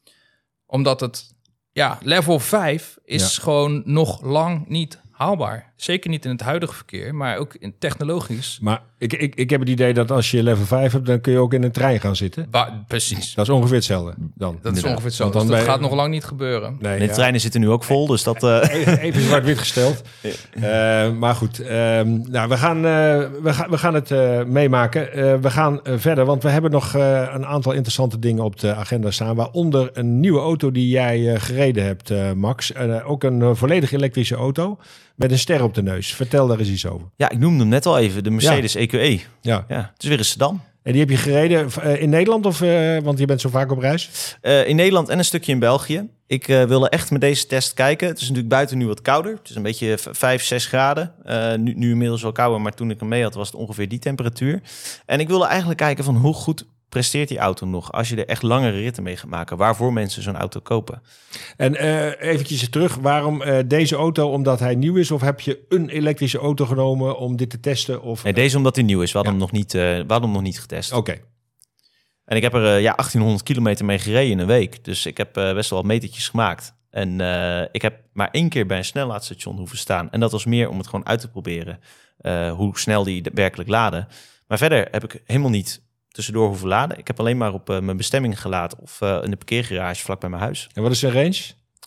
Omdat het, ja, level vijf is ja. gewoon nog lang niet haalbaar. Zeker niet in het huidige verkeer, maar ook in technologisch. Maar ik, ik, ik heb het idee dat als je level vijf hebt, dan kun je ook in een trein gaan zitten. Ba- precies. Dat is ongeveer hetzelfde dan. Dat is ongeveer hetzelfde. Dan Dus dat bij... gaat nog lang niet gebeuren. Nee, de ja. treinen zitten nu ook vol, dus dat... Uh... Even, even zwart-wit gesteld. Uh, maar goed, uh, nou, we, gaan, uh, we, gaan, we gaan het uh, meemaken. Uh, we gaan uh, verder, want we hebben nog uh, een aantal interessante dingen op de agenda staan. Waaronder een nieuwe auto die jij uh, gereden hebt, uh, Max. Uh, ook een uh, volledig elektrische auto met een ster op de neus. Vertel daar eens iets over. Ja, ik noemde hem net al even, de Mercedes ja. E Q E. Ja. Ja, het is weer een sedan. En die heb je gereden uh, in Nederland, of, uh, want je bent zo vaak op reis? Uh, in Nederland en een stukje in België. Ik uh, wilde echt met deze test kijken. Het is natuurlijk buiten nu wat kouder. Het is een beetje vijf, zes graden. Uh, nu, nu inmiddels wel kouder, maar toen ik hem mee had was het ongeveer die temperatuur. En ik wilde eigenlijk kijken van hoe goed presteert die auto nog als je er echt langere ritten mee gaat maken. Waarvoor mensen zo'n auto kopen. En uh, eventjes terug, waarom uh, deze auto? Omdat hij nieuw is, of heb je een elektrische auto genomen om dit te testen? Of, nee, deze omdat hij nieuw is. We hadden, ja. hem, nog niet, uh, we hadden hem nog niet getest. Oké. Okay. En ik heb er uh, ja, achttienhonderd kilometer mee gereden in een week. Dus ik heb uh, best wel wat metertjes gemaakt. En uh, ik heb maar één keer bij een snellaadstation hoeven staan. En dat was meer om het gewoon uit te proberen. Uh, hoe snel die werkelijk laden. Maar verder heb ik helemaal niet tussendoor hoeven laden. Ik heb alleen maar op uh, mijn bestemming geladen. Of uh, in de parkeergarage vlak bij mijn huis. En wat is de range?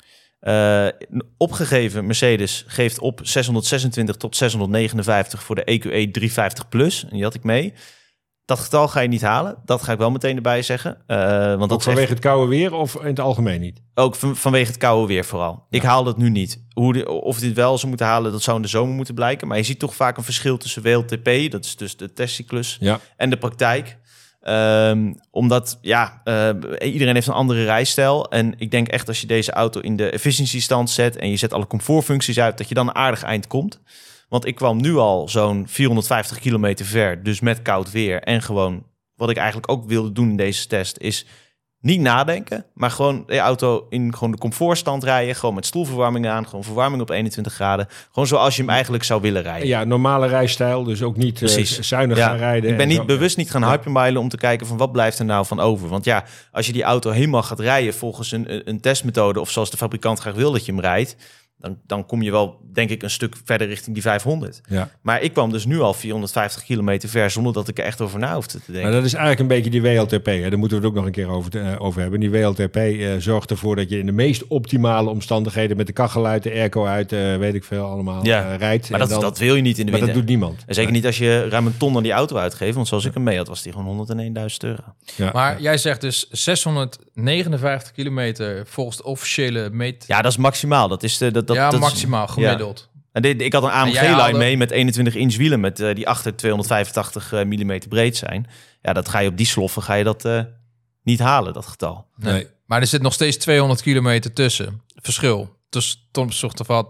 Uh, opgegeven Mercedes geeft op zeshonderdzesentwintig tot zeshonderdnegenenvijftig voor de E Q E driehonderdvijftig plus. En die had ik mee. Dat getal ga je niet halen. Dat ga ik wel meteen erbij zeggen. Uh, want ook dat vanwege echt... het koude weer of in het algemeen niet? Ook van, vanwege het koude weer vooral. Ja. Ik haal dat nu niet. Hoe de, of dit wel zou moeten halen, dat zou in de zomer moeten blijken. Maar je ziet toch vaak een verschil tussen W L T P, dat is dus de testcyclus, ja. en de praktijk. Um, omdat, ja, uh, iedereen heeft een andere rijstijl. En ik denk echt als je deze auto in de efficiëntiestand zet en je zet alle comfortfuncties uit, dat je dan een aardig eind komt. Want ik kwam nu al zo'n vierhonderdvijftig kilometer ver, dus met koud weer. En gewoon, wat ik eigenlijk ook wilde doen in deze test, is niet nadenken, maar gewoon de auto in gewoon de comfortstand rijden. Gewoon met stoelverwarming aan, gewoon verwarming op eenentwintig graden. Gewoon zoals je hem eigenlijk zou willen rijden. Ja, normale rijstijl, dus ook niet uh, zuinig ja, gaan rijden. Ik ben en niet zo. bewust niet gaan ja. hypermilen om te kijken van wat blijft er nou van over. Want ja, als je die auto helemaal gaat rijden volgens een, een testmethode of zoals de fabrikant graag wil dat je hem rijdt, Dan, dan kom je wel, denk ik, een stuk verder richting die vijfhonderd. Ja. Maar ik kwam dus nu al vierhonderdvijftig kilometer ver, zonder dat ik er echt over na hoefde te denken. Maar dat is eigenlijk een beetje die W L T P. Hè? Daar moeten we het ook nog een keer over, te, uh, over hebben. Die W L T P uh, zorgt ervoor dat je in de meest optimale omstandigheden met de kachel uit, de airco uit, uh, weet ik veel allemaal, ja. uh, rijdt. Maar dat, dan, dat wil je niet in de maar winter. dat doet niemand. En zeker nee. niet als je ruim een ton aan die auto uitgeeft. Want zoals ik hem mee had, was die gewoon honderdeenduizend euro. Ja. Maar jij zegt dus zeshonderdnegenenvijftig kilometer volgens de officiële meet. Ja, dat is maximaal. Dat is de, dat, dat, ja, dat maximaal. Is, gemiddeld. Ja. En dit, ik had een A M G-lijn haalde... mee met eenentwintig inch wielen met uh, die achter tweehonderdvijfentachtig millimeter breed zijn. Ja, dat ga je op die sloffen ga je dat uh, niet halen, dat getal. Nee. nee. Maar er zit nog steeds tweehonderd kilometer tussen. Verschil. Dus ten opzichte van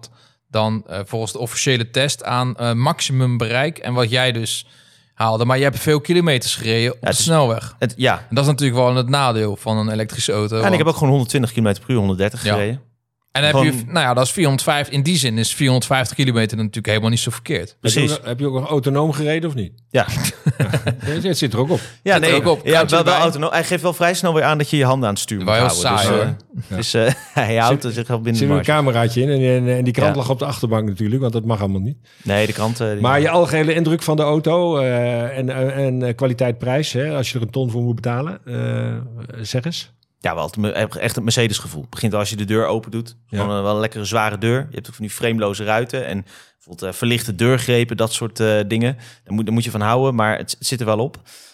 dan uh, volgens de officiële test aan uh, maximum bereik. En wat jij dus haalde. Maar je hebt veel kilometers gereden op Ja, de is, snelweg. Het, ja. En dat is natuurlijk wel het nadeel van een elektrische auto. Ja, en want... ik heb ook gewoon honderdtwintig kilometer per uur, honderddertig Ja. gereden. En dan Gewoon... heb je, nou ja, dat is vierhonderdvijftig. In die zin is vierhonderdvijftig kilometer natuurlijk helemaal niet zo verkeerd. Precies. Heb je, ook, heb je ook nog autonoom gereden of niet? Ja. Het zit er ook op. Ja, Zit er nee, ook op. ja, Gaat je wel, wel erbij? autonoom. Hij geeft wel vrij snel weer aan dat je je handen aan het stuur moet Wel heel houden. saai, dus, hoor. uh, dus uh, hij houdt zich wel binnen Er de zit een marge. cameraatje in en, en, en die krant Ja. lag op de achterbank natuurlijk, want dat mag allemaal niet. Nee, de krant... Uh, die... Maar je algehele indruk van de auto uh, en, en uh, kwaliteit-prijs, hè, als je er een ton voor moet betalen, uh, zeg eens. Ja, wel het, echt het Mercedes gevoel. Het begint als je de deur open doet. Ja. Gewoon een, wel een lekkere zware deur. Je hebt ook van die frameloze ruiten en bijvoorbeeld uh, verlichte deurgrepen, dat soort uh, dingen. Daar moet, daar moet je van houden, maar het, het zit er wel op.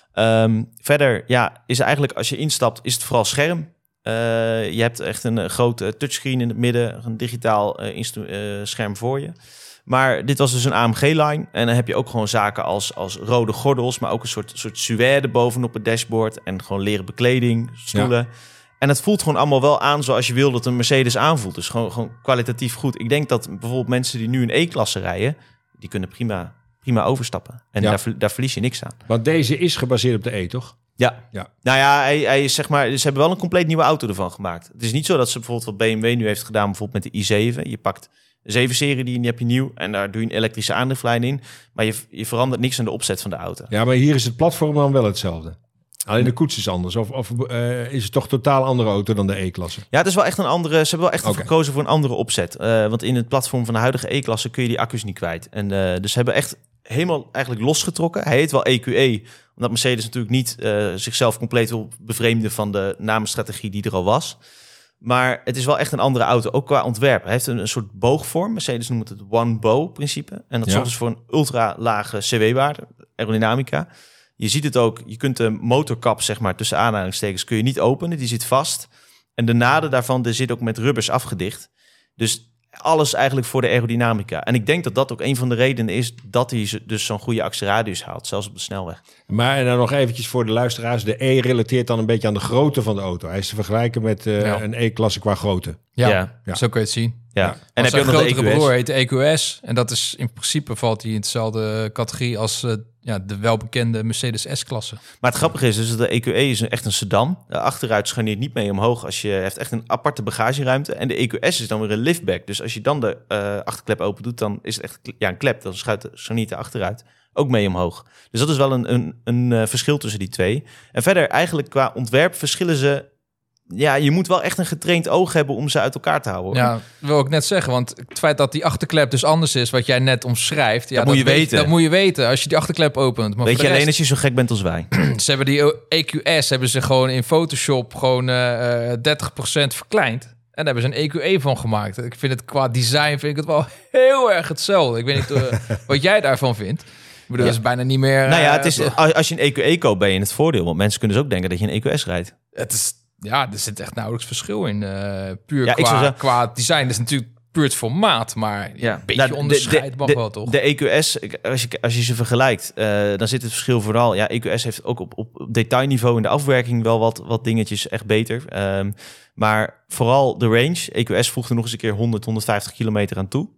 Um, verder, ja, is eigenlijk als je instapt, is het vooral scherm. Uh, je hebt echt een uh, grote touchscreen in het midden, een digitaal uh, instru- uh, scherm voor je. Maar dit was dus een A M G-line. En dan heb je ook gewoon zaken als, als rode gordels, maar ook een soort, soort suède bovenop het dashboard. En gewoon leren bekleding, stoelen. Ja. En het voelt gewoon allemaal wel aan zoals je wil dat een Mercedes aanvoelt. Dus gewoon, gewoon kwalitatief goed. Ik denk dat bijvoorbeeld mensen die nu een E-klasse rijden, die kunnen prima, prima overstappen. En ja. daar, daar verlies je niks aan. Want deze is gebaseerd op de E, toch? Ja. ja. Nou ja, hij, hij is, zeg maar, ze hebben wel een compleet nieuwe auto ervan gemaakt. Het is niet zo dat ze bijvoorbeeld wat B M W nu heeft gedaan, bijvoorbeeld met de i zeven. Je pakt de zeven-serie, die heb je nieuw en daar doe je een elektrische aandrijflijn in. Maar je, je verandert niks aan de opzet van de auto. Ja, maar hier is het platform dan wel hetzelfde. Alleen de koets is anders. Of, of uh, is het toch totaal andere auto dan de E-klasse? Ja, het is wel echt een andere. Ze hebben wel echt okay. gekozen voor een andere opzet. Uh, want in het platform van de huidige E-klasse kun je die accu's niet kwijt. En uh, dus ze hebben echt helemaal eigenlijk losgetrokken. Hij heet wel E Q E, omdat Mercedes natuurlijk niet uh, zichzelf compleet wil bevreemden van de namenstrategie die er al was. Maar het is wel echt een andere auto, ook qua ontwerp. Hij heeft een, een soort boogvorm. Mercedes noemt het one-bow-principe. En dat ja. zorgt dus voor een ultra-lage C W-waarde, aerodynamica. Je ziet het ook, je kunt de motorkap, zeg maar, tussen aanhalingstekens, kun je niet openen. Die zit vast. En de naden daarvan, er zit ook met rubbers afgedicht. Dus alles eigenlijk voor de aerodynamica. En ik denk dat dat ook een van de redenen is dat hij dus zo'n goede actieradius haalt, zelfs op de snelweg. Maar en dan nog eventjes voor de luisteraars. De E relateert dan een beetje aan de grootte van de auto. Hij is te vergelijken met uh, ja. een E-klasse qua grootte. Ja, ja. ja, zo kun je het zien. Ja. Ja. En heb je ook nog de E Q S. broer heet de E Q S. En dat is in principe valt hij in dezelfde categorie als uh, ja, de welbekende Mercedes S-klasse. Maar het grappige is dus dat de E Q E is echt een sedan. De achteruit scharneert niet mee omhoog. Als je heeft echt een aparte bagageruimte. En de E Q S is dan weer een liftback. Dus als je dan de uh, achterklep open doet, dan is het echt ja, een klep. Dan schuift scharniert de achteruit ook mee omhoog. Dus dat is wel een, een, een uh, verschil tussen die twee. En verder eigenlijk qua ontwerp verschillen ze. Ja, je moet wel echt een getraind oog hebben om ze uit elkaar te houden. Hoor. Ja, dat wil ik net zeggen. Want het feit dat die achterklep dus anders is, wat jij net omschrijft. Ja, dat, dat moet je weet, weten. Dat moet je weten als je die achterklep opent. Maar weet je rest, alleen als je zo gek bent als wij. Ze hebben die E Q S hebben ze gewoon in Photoshop gewoon uh, dertig procent verkleind. En daar hebben ze een E Q E van gemaakt. Ik vind het qua design vind ik het wel heel erg hetzelfde. Ik weet niet uh, wat jij daarvan vindt. Ik bedoel, ja. dat is bijna niet meer... Uh, nou ja, het is, als je een E Q E koopt, ben je in het voordeel. Want mensen kunnen dus ook denken dat je een E Q S rijdt. Het is... Ja, er zit echt nauwelijks verschil in. Uh, puur ja, qua, zeggen, qua design. Dat is natuurlijk puur het formaat. Maar ja, een beetje nou, onderscheid de, mag de, wel, toch? De E Q S, als je, als je ze vergelijkt, uh, dan zit het verschil vooral... Ja, E Q S heeft ook op, op detailniveau in de afwerking wel wat, wat dingetjes echt beter. Um, maar vooral de range. E Q S voegt er nog eens een keer honderd, honderdvijftig kilometer aan toe.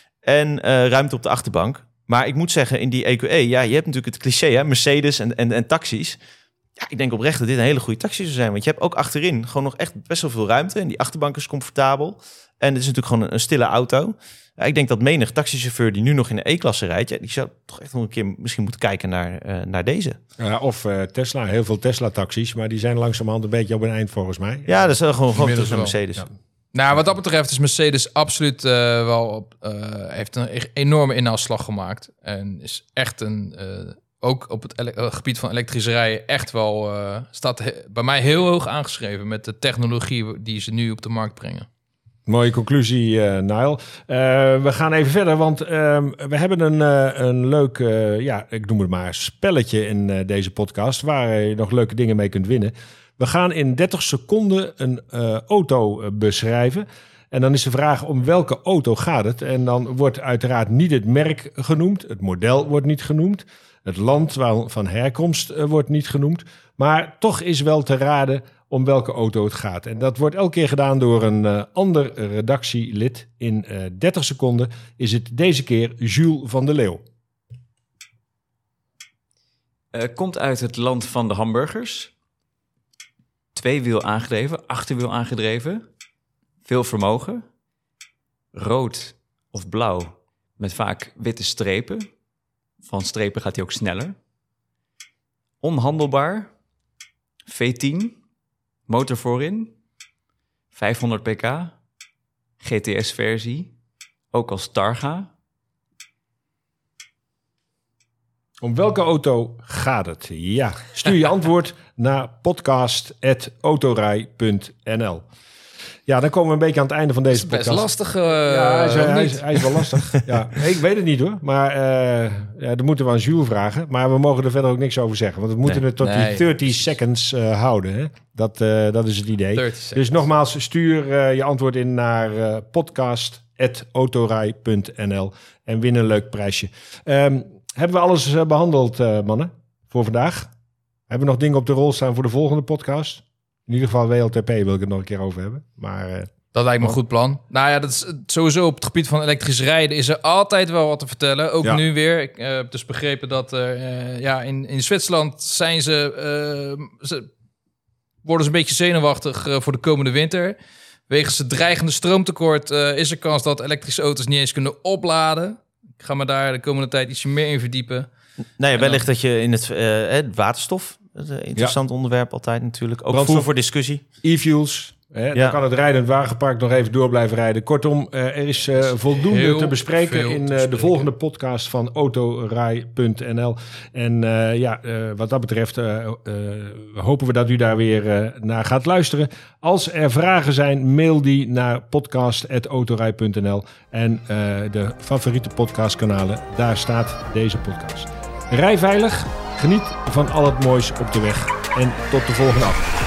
En uh, ruimte op de achterbank. Maar ik moet zeggen, in die E Q E... Ja, je hebt natuurlijk het cliché, hè, Mercedes en, en, en taxis... Ja, ik denk oprecht dat dit een hele goede taxi zou zijn. Want je hebt ook achterin gewoon nog echt best wel veel ruimte. En die achterbank is comfortabel. En het is natuurlijk gewoon een, een stille auto. Ja, ik denk dat menig taxichauffeur die nu nog in de E-klasse rijdt... Ja, die zou toch echt nog een keer misschien moeten kijken naar, uh, naar deze. Ja, of uh, Tesla. Heel veel Tesla-taxis. Maar die zijn langzamerhand een beetje op een eind volgens mij. Ja, dat is wel gewoon, gewoon tussen Mercedes. Ja. Nou, wat dat betreft is Mercedes absoluut uh, wel op... Uh, heeft een enorme inhaalslag gemaakt. En is echt een... Uh, ook op het ele- gebied van elektrische rijden echt wel... Uh, staat he- bij mij heel hoog aangeschreven met de technologie die ze nu op de markt brengen. Mooie conclusie, uh, Niall. Uh, we gaan even verder, want uh, we hebben een, uh, een leuk, uh, ja, ik noem het maar spelletje in uh, deze podcast... waar je nog leuke dingen mee kunt winnen. We gaan in dertig seconden een uh, auto uh, beschrijven... En dan is de vraag om welke auto gaat het. En dan wordt uiteraard niet het merk genoemd. Het model wordt niet genoemd. Het land van herkomst uh, wordt niet genoemd. Maar toch is wel te raden om welke auto het gaat. En dat wordt elke keer gedaan door een uh, ander redactielid. In uh, dertig seconden is het deze keer Jules van der Leeuw. Uh, komt uit het land van de hamburgers. Tweewiel aangedreven, achterwiel aangedreven. Veel vermogen. Rood of blauw met vaak witte strepen. Van strepen gaat hij ook sneller. Onhandelbaar. V tien. Motor voorin. vijfhonderd pk. G T S-versie. Ook als Targa. Om welke auto gaat het? Ja, stuur je antwoord naar podcast punt autorij punt n l. Ja, dan komen we een beetje aan het einde van deze podcast. Best lastig. Uh, ja, hij is, hij, is, niet. hij is wel lastig. Ja, ik weet het niet hoor. Maar uh, ja, dat moeten we aan Jules vragen. Maar we mogen er verder ook niks over zeggen. Want we moeten Nee. het tot Nee. die dertig seconds uh, houden. Hè? Dat, uh, dat is het idee. dertig seconds. Dus nogmaals, stuur uh, je antwoord in naar uh, podcast punt autorij punt n l en win een leuk prijsje. Um, hebben we alles uh, behandeld, uh, mannen, voor vandaag? Hebben we nog dingen op de rol staan voor de volgende podcast? In ieder geval W L T P wil ik het nog een keer over hebben. Maar uh, Dat lijkt me een goed plan. Nou ja, dat is sowieso op het gebied van elektrisch rijden is er altijd wel wat te vertellen. Ook Ja. nu weer. Ik uh, heb dus begrepen dat er, uh, ja, in, in Zwitserland zijn ze, uh, ze worden ze een beetje zenuwachtig uh, voor de komende winter. Wegens het dreigende stroomtekort uh, is er kans dat elektrische auto's niet eens kunnen opladen. Ik ga me daar de komende tijd ietsje meer in verdiepen. Nou ja, wellicht dan- dat je in het, uh, het waterstof, dat is een interessant onderwerp altijd natuurlijk. Ook Brandstof. voer voor discussie. e-fuels. Hè, Ja. Dan kan het rijdend wagenpark nog even door blijven rijden. Kortom, uh, er is uh, voldoende heel te bespreken veel in te uh, de bespreken. volgende podcast van autorij punt n l. En uh, ja, uh, wat dat betreft uh, uh, hopen we dat u daar weer uh, naar gaat luisteren. Als er vragen zijn, mail die naar podcast punt autorij punt n l. En uh, de favoriete podcastkanalen, daar staat deze podcast. Rij veilig, geniet van al het moois op de weg en tot de volgende aflevering.